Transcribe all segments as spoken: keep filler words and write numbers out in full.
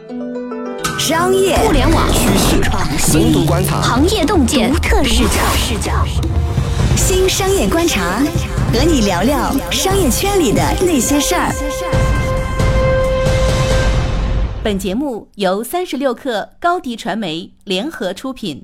商业、 互联网、 趋势、深度观察、 行业洞见、独特视角。 新商业观察，和你聊聊商业圈里的那些事儿。 本节目由三十六氪高迪传媒联合出品。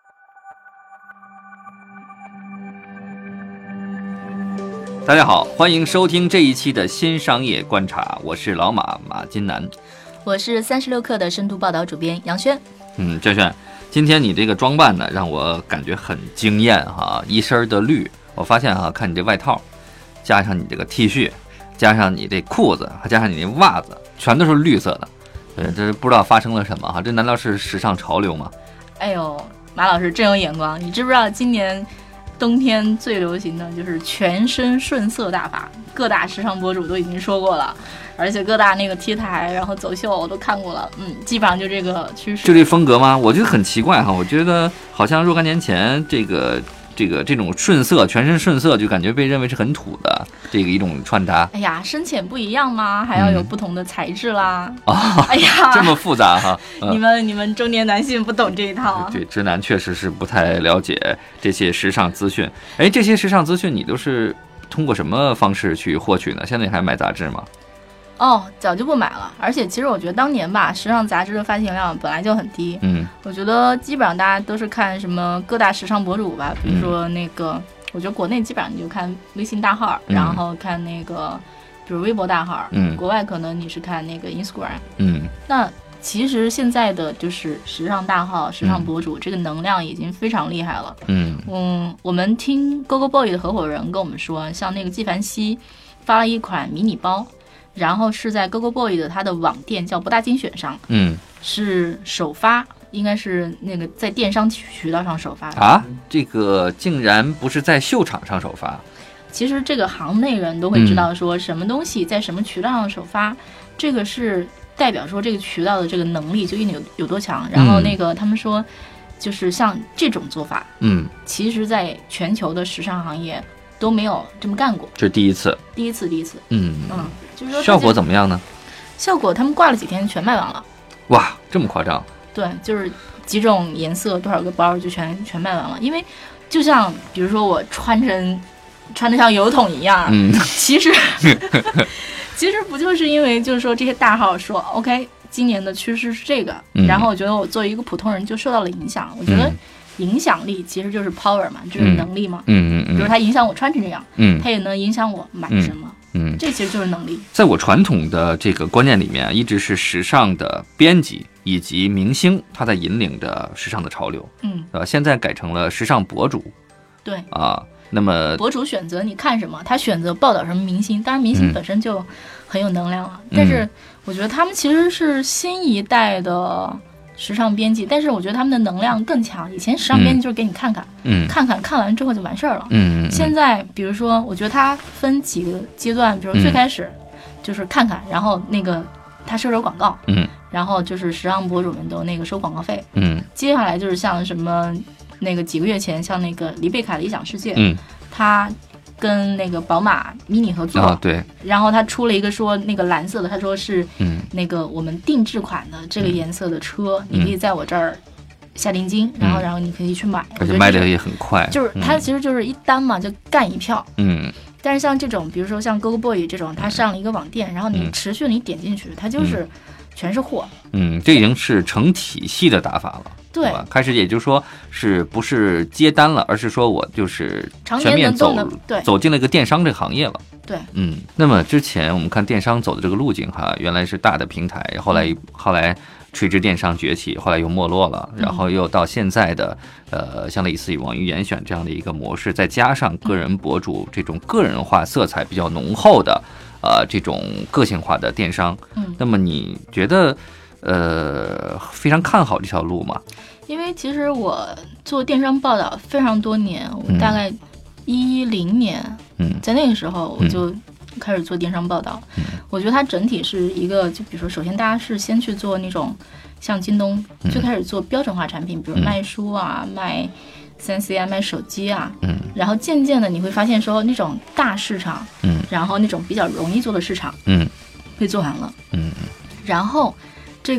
大家好，欢迎收听这一期的新商业观察，我是老马马金南， 我是三十六氪的深度报道主编杨轩。 嗯，轩轩，今天你这个装扮呢，让我感觉很惊艳哈，一身的绿，我发现哈，看你这外套，加上你这个 T 恤，加上你这裤子，还加上你那袜子，全都是绿色的。对，这不知道发生了什么哈，这难道是时尚潮流吗？ 哎呦，马老师真有眼光，你知不知道今年冬天最流行的就是全身顺色大法，各大时尚博主都已经说过了，而且各大那个 T 台然后走秀我都看过了，嗯，基本上就这个趋势， 就这风格吗？我觉得很奇怪哈，我觉得好像若干年前这个这个这种顺色全身顺色就感觉被认为是很土的这个一种穿搭。 哎呀，深浅不一样吗？还要有不同的材质啦。 哦、 嗯，哎呀， 这么复杂哈！ 嗯、你们你们中年男性不懂这一套。 对，直男确实是不太了解这些时尚资讯。哎，这些时尚资讯你都是通过什么方式去获取呢？现在还买杂志吗？ 哦，早就不买了。而且其实我觉得当年吧，时尚杂志的发行量本来就很低。 嗯， 我觉得基本上大家都是看什么各大时尚博主吧，比如说那个。嗯，我觉得国内基本上你就看微信大号，嗯、然后看那个，比如微博大号，嗯，国外可能你是看那个 Instagram， 嗯， 那其实现在的就是时尚大号、时尚博主，嗯、这个能量已经非常厉害了， 嗯嗯，我们听 GoGoBoy 的合伙人跟我们说，像那个纪梵希发了一款迷你包，然后是在 GoGoBoy 的它的网店叫不大精选上， 嗯， 是首发。应该是那个在电商渠道上首发的啊，这个竟然不是在秀场上首发。 其实这个行内人都会知道说什么东西在什么渠道上首发，嗯、这个是代表说这个渠道的这个能力究竟有有多强。然后那个他们说，就是像这种做法， 嗯， 其实在全球的时尚行业都没有这么干过， 这是第一次， 第一次，第一次， 嗯嗯，就是说效果怎么样呢？ 效果他们挂了几天全卖完了。 哇，这么夸张？ 对，就是几种颜色多少个包就全全卖完了，因为就像比如说我穿成穿得像油桶一样， 嗯， 其实其实不就是因为就是说这些大号说 OK 今年的趋势是这个，嗯、然后我觉得我作为一个普通人就受到了影响，我觉得影响力其实就是 power 嘛，就是能力嘛， 嗯嗯嗯， 比如它影响我穿成这样， 嗯， 它也能影响我买什么。嗯嗯， 这其实就是能力。 在我传统的这个观念里面，一直是时尚的编辑以及明星，他在引领着时尚的潮流。 嗯， 呃，现在改成了时尚博主。 对啊，那么博主选择你看什么，他选择报道什么明星，当然明星本身就很有能量了。嗯、但是我觉得他们其实是新一代的时尚编辑，但是我觉得他们的能量更强。以前时尚编辑就是给你看看，嗯，看看看完之后就完事儿了， 嗯, 嗯。 现在比如说，我觉得它分几个阶段，比如最开始就是看看，嗯、然后那个他收收广告， 嗯， 然后就是时尚博主们都那个收广告费， 嗯， 接下来就是像什么那个几个月前，像那个黎贝卡理想世界， 嗯， 他跟那个宝马 mini 合作， 啊对， 然后他出了一个说那个蓝色的，他说是嗯那个我们定制款的这个颜色的车，嗯、你可以在我这儿下定金，嗯、然后然后你可以去买， 而且卖的也很快， 就是它其实就是一单嘛，就干一票， 嗯。 但是像这种，比如说像 GoGoBoy 这种，它上了一个网店，然后你持续你点进去，它就是全是货。 嗯，这已经是成体系的打法了。 对， 开始也就是说是不是接单了，而是说我就是全面走对走进了一个电商这个行业了。 对， 嗯，那么之前我们看电商走的这个路径哈，原来是大的平台，后来、嗯、后来垂直电商崛起，后来又没落了，然后又到现在的、嗯、呃像类似于网易严选这样的一个模式，再加上个人博主这种个人化色彩比较浓厚的呃这种个性化的电商， 嗯， 那么你觉得呃非常看好这条路吗？ 因为其实我做电商报道非常多年，我大概一零年，嗯，在那个时候我就开始做电商报道。嗯、我觉得它整体是一个，就比如说，首先大家是先去做那种像京东最开始做标准化产品，比如卖书啊、嗯、卖三 C 啊、卖手机啊，嗯，然后渐渐的你会发现说那种大市场，嗯，然后那种比较容易做的市场，嗯，被做完了， 嗯， 然后这个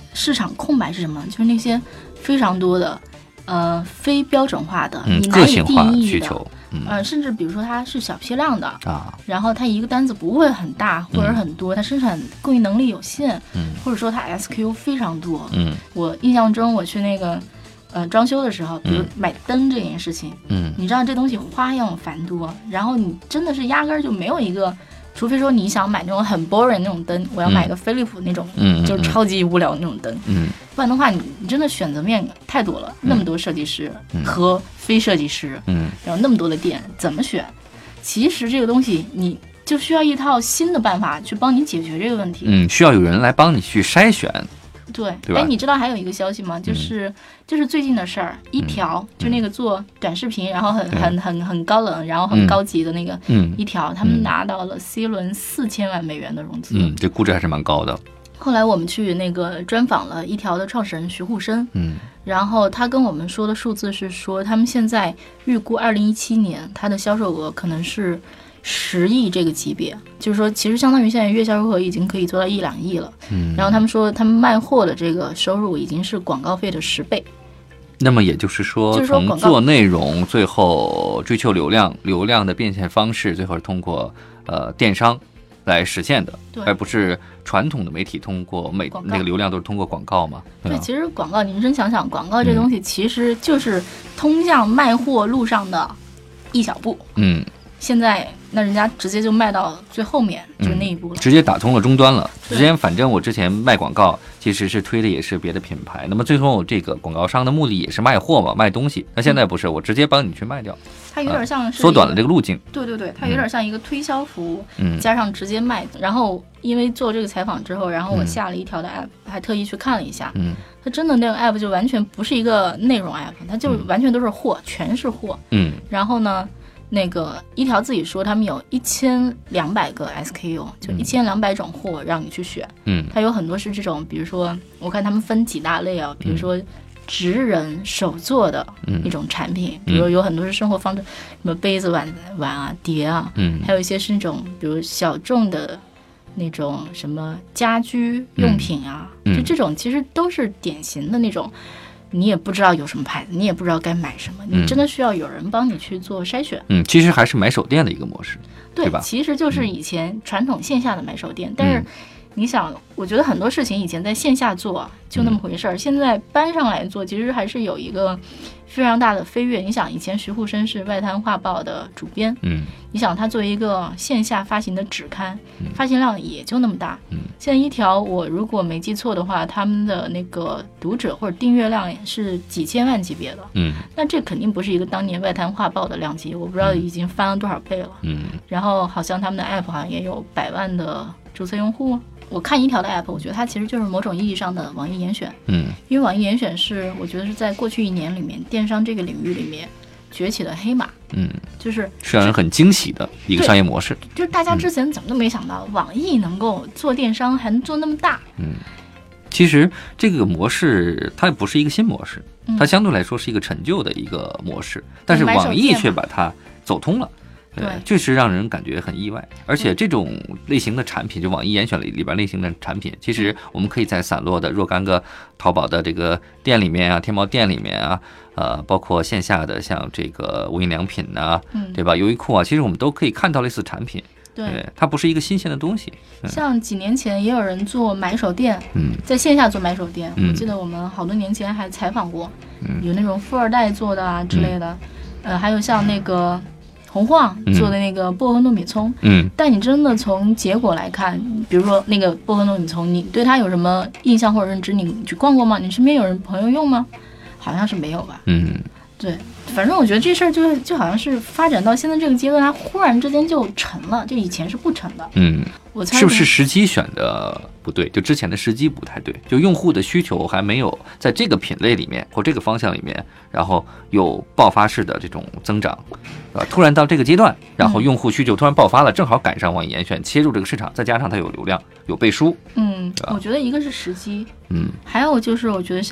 市场空白是什么？就是那些非常多的呃非标准化的、 嗯、 你难以定义的需求。嗯、 呃，甚至比如说它是小批量的啊， 然后它一个单子不会很大或者很多，嗯、它生产供应能力有限， 嗯， 或者说它 S K U 非常多， 嗯， 我印象中我去那个呃装修的时候，比如买灯这件事情， 嗯， 你知道这东西花样繁多，然后你真的是压根儿就没有一个。除非说你想买那种很 boring 那种灯，我要买个飞利浦那种， 嗯， 就是超级无聊那种灯， 嗯， 不然的话你你真的选择面太多了，嗯、那么多设计师和非设计师， 嗯， 然后那么多的店，怎么选？其实这个东西你就需要一套新的办法去帮你解决这个问题， 嗯，需要有人来帮你去筛选。 对， 对吧？ 哎，你知道还有一个消息吗？就是、嗯、就是最近的事儿，一条、嗯、就那个做短视频，然后很很很很高冷，然后很高级的那个， 嗯， 一条，他们拿到了 C 轮四千万美元的融资， 嗯，这估值还是蛮高的。 后来我们去那个专访了一条的创始人徐沪生， 嗯， 然后他跟我们说的数字是说，他们现在预估二零一七年它的销售额可能是十亿这个级别，就是说其实相当于现在月销售额已经可以做到一两亿了， 嗯， 然后他们说他们卖货的这个收入已经是广告费的十倍。 那么也就是说， 就是说从做内容最后追求流量，流量的变现方式最后是通过呃电商来实现的，而不是传统的媒体通过每那个流量都是通过广告嘛。 对，其实广告，你真想想，广告这东西其实就是通向卖货路上的一小步。 嗯， 现在那人家直接就卖到最后面，就是那一步了， 嗯，直接打通了终端了。之前反正我之前卖广告，其实是推的也是别的品牌，那么最后这个广告商的目的也是卖货嘛，卖东西。那现在不是，我直接帮你去卖掉。 它有点像是缩短了这个路径。 对对对，它有点像一个推销服务， 嗯， 加上直接卖。然后因为做这个采访之后，然后我下了一条的 app，嗯，还特意去看了一下， 嗯， 它真的那个 app 就完全不是一个内容 app， 它就完全都是货，嗯，全是货， 嗯， 然后呢，那个一条自己说他们有一千两百个 S K U， 就一千两百种货让你去选， 嗯， 它有很多是这种，比如说我看他们分几大类啊，比如说职人手做的一种产品， 嗯， 比如有很多是生活方式，什么杯子碗碗啊碟啊， 嗯， 还有一些是那种比如小众的那种什么家居用品啊， 嗯， 就这种其实都是典型的那种。你也不知道有什么牌子，你也不知道该买什么，你真的需要有人帮你去做筛选。 嗯，其实还是买手店的一个模式， 对, 对吧？ 其实就是以前传统线下的买手店，嗯，但是你想，我觉得很多事情以前在线下做就那么回事儿，嗯，现在搬上来做，其实还是有一个非常大的飞跃。你想，以前徐沪生是外滩画报的主编， 嗯， 你想他作为一个线下发行的纸刊，嗯，发行量也就那么大， 嗯， 现在一条我如果没记错的话，他们的那个读者或者订阅量是几千万级别的， 嗯， 那这肯定不是一个当年外滩画报的量级，我不知道已经翻了多少倍了， 嗯， 然后好像他们的 app 好像也有百万的注册用户。我看一条的 app， 我觉得它其实就是某种意义上的网易严选， 嗯， 因为网易严选是我觉得是在过去一年里面电商这个领域里面崛起的黑马， 嗯， 就是是让人很惊喜的一个商业模式， 就是大家之前怎么都没想到，嗯，网易能够做电商还能做那么大， 嗯，其实这个模式它也不是一个新模式，它相对来说是一个陈旧的一个模式，嗯，但是网易却把它走通了。对，确实让人感觉很意外，而且这种类型的产品，就网易严选里里边类型的产品，其实我们可以在散落的若干个淘宝的这个店里面啊，天猫店里面啊，呃，包括线下的像这个无印良品呐， 嗯， 对吧？优衣库啊，其实我们都可以看到类似产品。 对， 对，它不是一个新鲜的东西。 嗯，像几年前也有人做买手店， 嗯， 在线下做买手店， 嗯， 我记得我们好多年前还采访过， 嗯， 有那种富二代做的啊之类的，嗯，呃，还有像那个。红晃做的那个薄荷糯米葱， 嗯， 但你真的从结果来看，比如说那个薄荷糯米葱，你对它有什么印象或者认知？你去逛过吗？你身边有人朋友用吗？好像是没有吧。 嗯， 对，反正我觉得这事儿就就好像是发展到现在这个阶段，它忽然之间就成了，就以前是不成的。 嗯， 我猜是不是时机选的不对？就之前的时机不太对，就用户的需求还没有在这个品类里面或这个方向里面，然后有爆发式的这种增长，呃，突然到这个阶段，然后用户需求突然爆发了，正好赶上网易严选切入这个市场，再加上它有流量有背书。 嗯，我觉得一个是时机， 嗯， 还有就是我觉得像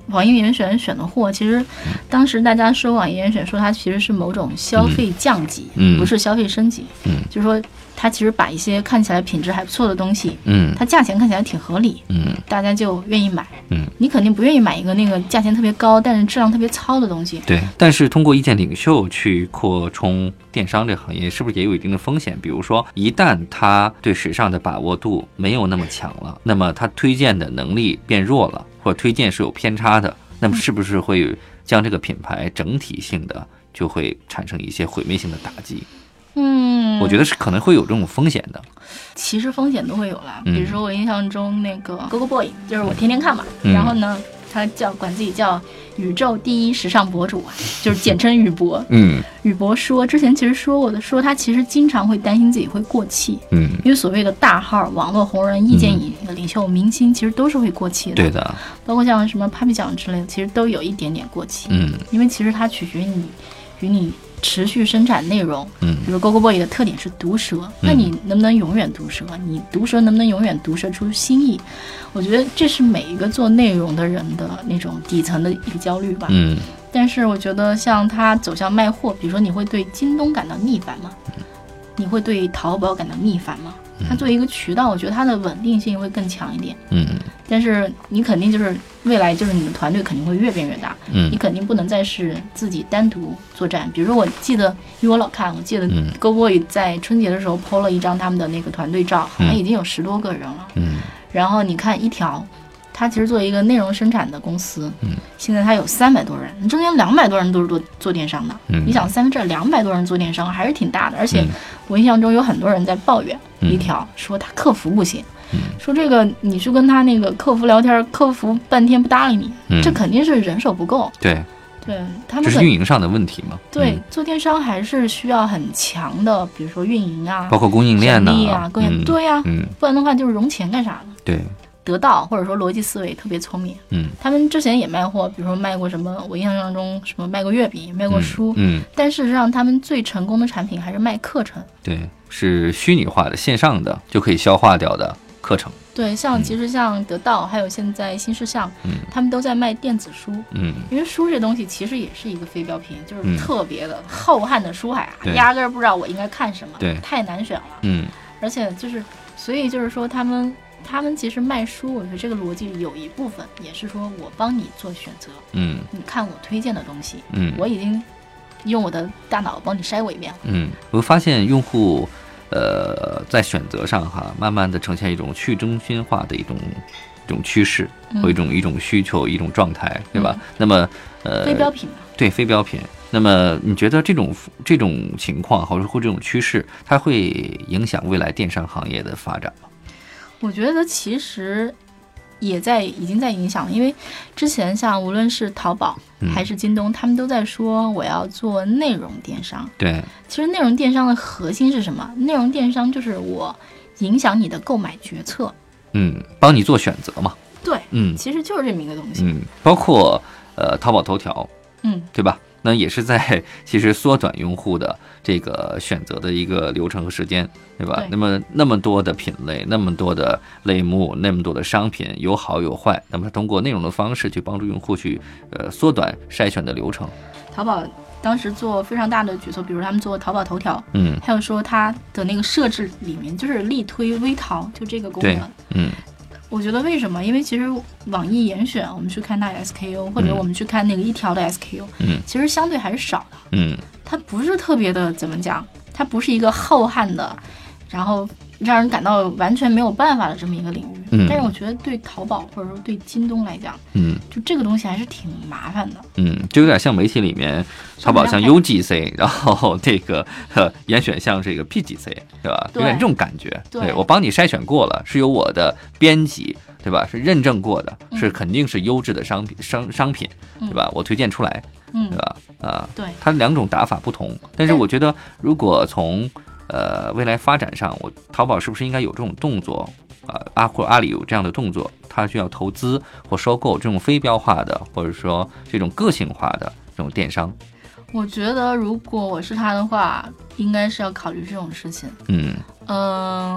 网易严选选的货，其实当时大家说网易严选说它其实是某种消费降级， 嗯、 不是消费升级， 嗯， 就是说它其实把一些看起来品质还不错的东西， 嗯， 它价钱看起来挺合理， 嗯， 大家就愿意买， 嗯， 你肯定不愿意买一个那个价钱特别高但是质量特别糙的东西， 对。但是通过意见领袖去扩充电商这个行业，是不是也有一定的风险？比如说，一旦他对时尚的把握度没有那么强了，那么他推荐的能力变弱了，或者推荐是有偏差的，那么是不是会将这个品牌整体性的就会产生一些毁灭性的打击？嗯，我觉得是可能会有这种风险的。 其实风险都会有啦，比如说我印象中那个 Gogo Boy， 就是我天天看嘛，嗯、然后呢，他叫管自己叫宇宙第一时尚博主啊，就是简称宇博。嗯，宇博说之前其实说过的，说他其实经常会担心自己会过气。嗯，因为所谓的大号、网络红人、意见领袖、明星，其实都是会过气的。对的，包括像什么 Papi 酱之类的，其实都有一点点过气。嗯，因为其实它取决于你与你持续生产内容。嗯，比如 Gogo Boy 的特点是毒舌，嗯、那你能不能永远毒舌？你毒舌能不能永远毒舌出新意？我觉得这是每一个做内容的人的那种底层的一个焦虑吧。嗯，但是我觉得像他走向卖货，比如说你会对京东感到逆反吗？你会对淘宝感到逆反吗？它作为一个渠道，我觉得它的稳定性会更强一点。嗯，但是你肯定就是未来就是你的团队肯定会越变越大。嗯，你肯定不能再是自己单独作战。比如说，我记得因为我老看，我记得 Gogo Boy 在春节的时候 po 了一张他们的那个团队照，好像已经有十多个人了。嗯，然后你看一条。他其实作为一个内容生产的公司，嗯，现在他有三百多人，中间两百多人都是做做电商的。嗯，你想三分之二两百多人做电商还是挺大的，而且我印象中有很多人在抱怨一条，说他客服不行，嗯，说这个你去跟他那个客服聊天，客服半天不搭理你，嗯，这肯定是人手不够。 对， 对他们这是运营上的问题嘛？ 对，嗯、做电商还是需要很强的，比如说运营啊， 包括供应链呐、 啊，供应、嗯、对呀、啊，嗯，不然的话就是融钱干啥呢？ 对。 得到或者说逻辑思维特别聪明，嗯，他们之前也卖货，比如说卖过什么，我印象中什么卖过月饼，卖过书，嗯，嗯但事实上他们最成功的产品还是卖课程， 对，是虚拟化的线上的就可以消化掉的课程， 对，像其实像得到、嗯、还有现在新事项，嗯，他们都在卖电子书，嗯，因为书这东西其实也是一个非标品，就是特别的浩瀚的书海啊，嗯、压根儿不知道我应该看什么， 对， 太难选了， 嗯， 而且就是所以就是说他们。他们其实卖书，我觉得这个逻辑有一部分也是说我帮你做选择，嗯，你看我推荐的东西，嗯，我已经用我的大脑帮你筛过一遍了， 嗯，我发现用户，呃，在选择上哈，慢慢的呈现一种去中心化的一种一种趋势，或一种、嗯、一种需求一种状态，对吧？嗯、那么，呃， 非标品嘛， 对，非标品。那么你觉得这种这种情况，或者或这种趋势，它会影响未来电商行业的发展吗？ 我觉得其实也在已经在影响了，因为之前像无论是淘宝还是京东，嗯、他们都在说我要做内容电商。 对， 其实内容电商的核心是什么？内容电商就是我影响你的购买决策， 嗯，帮你做选择嘛。 对，嗯，其实就是这么一个东西。 嗯，包括呃淘宝头条，嗯，对吧？那也是在其实缩短用户的这个选择的一个流程和时间，对吧？对，那么那么多的品类，那么多的类目，那么多的商品，有好有坏，那么它通过内容的方式去帮助用户去呃缩短筛选的流程。 淘宝当时做非常大的举措，比如他们做淘宝头条，嗯，还有说它的那个设置里面就是力推微淘，就这个功能，嗯。我觉得为什么？因为其实网易严选，我们去看它 S K U， 或者我们去看那个一条的 S K U， 嗯，其实相对还是少的，嗯，它不是特别的怎么讲，它不是一个浩瀚的，然后让人感到完全没有办法的这么一个领域。嗯，但是我觉得对淘宝或者说对京东来讲，嗯，就这个东西还是挺麻烦的。 嗯，就有点像媒体里面，淘宝像 U G C， 然后这个呃严选像这个 P G C， 对吧？有点这种感觉。 对， 对我帮你筛选过了，是由我的编辑，对吧？是认证过的，是肯定是优质的商品商商品，对吧？我推荐出来，嗯，对吧？啊， 对， 它两种打法不同，但是我觉得如果从呃未来发展上，我淘宝是不是应该有这种动作？啊，阿或者阿里有这样的动作，它需要投资或收购这种非标化的，或者说这种个性化的这种电商。 我觉得如果我是他的话，应该是要考虑这种事情。嗯嗯、呃，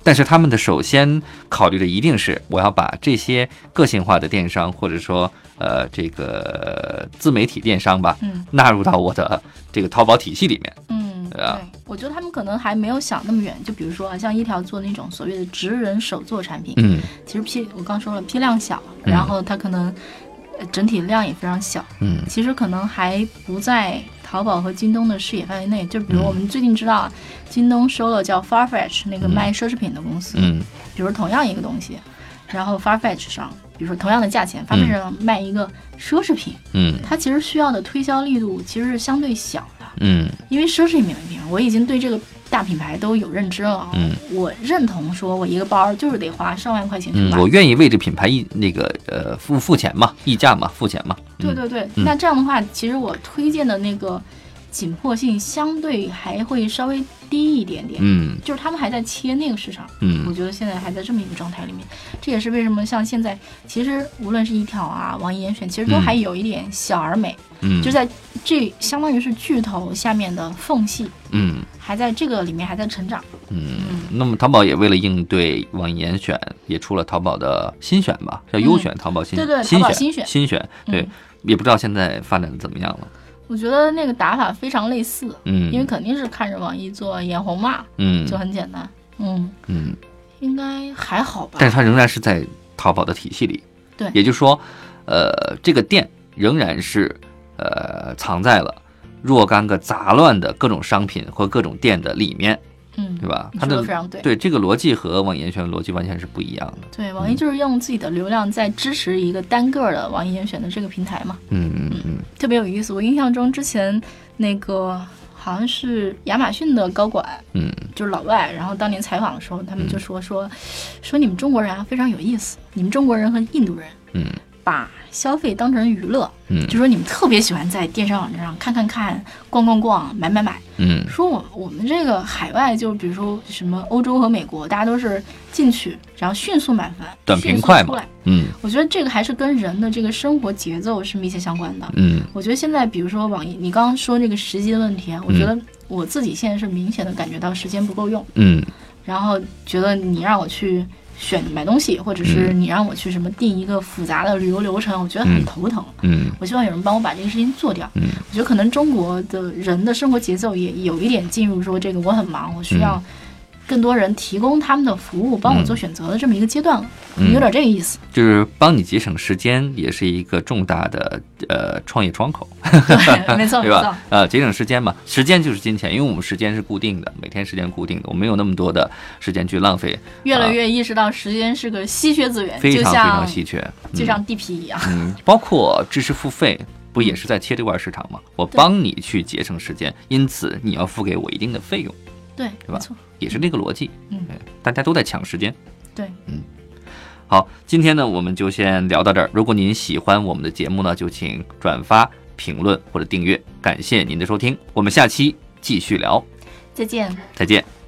但是他们的首先考虑的一定是我要把这些个性化的电商或者说呃这个自媒体电商吧， 嗯， 纳入到我的这个淘宝体系里面。 嗯， 对啊， 对，我觉得他们可能还没有想那么远。就比如说啊，像一条做那种所谓的职人手作产品， 嗯， 其实批我刚说了批量小，然后它可能整体量也非常小， 嗯， 其实可能还不在淘宝和京东的视野范围内。就比如我们最近知道，嗯、京东收了叫 Farfetch 那个卖奢侈品的公司， 嗯， 比如同样一个东西，然后 Farfetch 上，比如说同样的价钱 ，Farfetch 上卖一个奢侈品， 嗯， 它其实需要的推销力度其实是相对小的， 嗯， 因为奢侈品品我已经对这个大品牌都有认知了， 嗯， 我认同说我一个包就是得花上万块钱去买， 嗯，我愿意为这品牌溢那个呃付付钱嘛，溢价嘛，付钱嘛， 嗯、对对对、 嗯， 那这样的话，其实我推荐的那个紧迫性相对还会稍微低一点点， 嗯， 就是他们还在切那个市场， 嗯， 我觉得现在还在这么一个状态里面，这也是为什么像现在其实无论是一条啊、网易严选，其实都还有一点小而美， 嗯， 就在这相当于是巨头下面的缝隙， 嗯， 还在这个里面还在成长， 嗯，嗯那么淘宝也为了应对网易严选，也出了淘宝的新选吧，叫优选，嗯、淘宝新对对， 新选淘宝新选新选，对、嗯，也不知道现在发展的怎么样了。 我觉得那个打法非常类似， 嗯， 因为肯定是看着网易做眼红嘛， 嗯， 就很简单，嗯嗯， 应该还好吧。 但是它仍然是在淘宝的体系里， 对， 也就是说，呃，这个店仍然是呃藏在了若干个杂乱的各种商品和各种店的里面。 嗯， 对吧？ 它的非常对， 对这个逻辑和网易严选的逻辑完全是不一样的。 对，网易就是用自己的流量在支持一个单个的网易严选的这个平台嘛。 嗯嗯嗯， 特别有意思。我印象中之前那个好像是亚马逊的高管， 嗯， 就是老外，然后当年采访的时候，他们就说、嗯、说说你们中国人啊非常有意思，你们中国人和印度人， 嗯， 把消费当成娱乐， 嗯， 就说你们特别喜欢在电商网站上看看看、逛逛逛、买买买， 嗯， 说我我们这个海外就比如说什么欧洲和美国，大家都是进去然后迅速满翻， 短平快嘛，嗯， 我觉得这个还是跟人的这个生活节奏是密切相关的， 嗯， 我觉得现在比如说网易，你刚刚说这个时机的问题啊，我觉得我自己现在是明显的感觉到时间不够用， 嗯， 然后觉得你让我去选买东西，或者是你让我去什么定一个复杂的旅游流程，我觉得很头疼。 嗯， 我希望有人帮我把这个事情做掉。 嗯， 我觉得可能中国的人的生活节奏也有一点进入说这个我很忙，我需要更多人提供他们的服务，帮我做选择的这么一个阶段了，嗯、有点这个意思。 就是帮你节省时间，也是一个重大的呃创业窗口。 对，没错， 对吧？呃，节省时间嘛，时间就是金钱，因为我们时间是固定的，每天时间固定的，我们没有那么多的时间去浪费。 越来越意识到时间是个稀缺资源， 非常非常稀缺， 就像、嗯、就像地皮一样。 嗯，包括知识付费，不也是在切这块市场吗？我帮你去节省时间，因此你要付给我一定的费用。 对， 对吧？ 没错， 也是这个逻辑。 嗯， 大家都在抢时间。 对， 嗯。好，今天呢，我们就先聊到这儿。如果您喜欢我们的节目呢，就请转发、评论或者订阅。感谢您的收听，我们下期继续聊。 再见。 再见。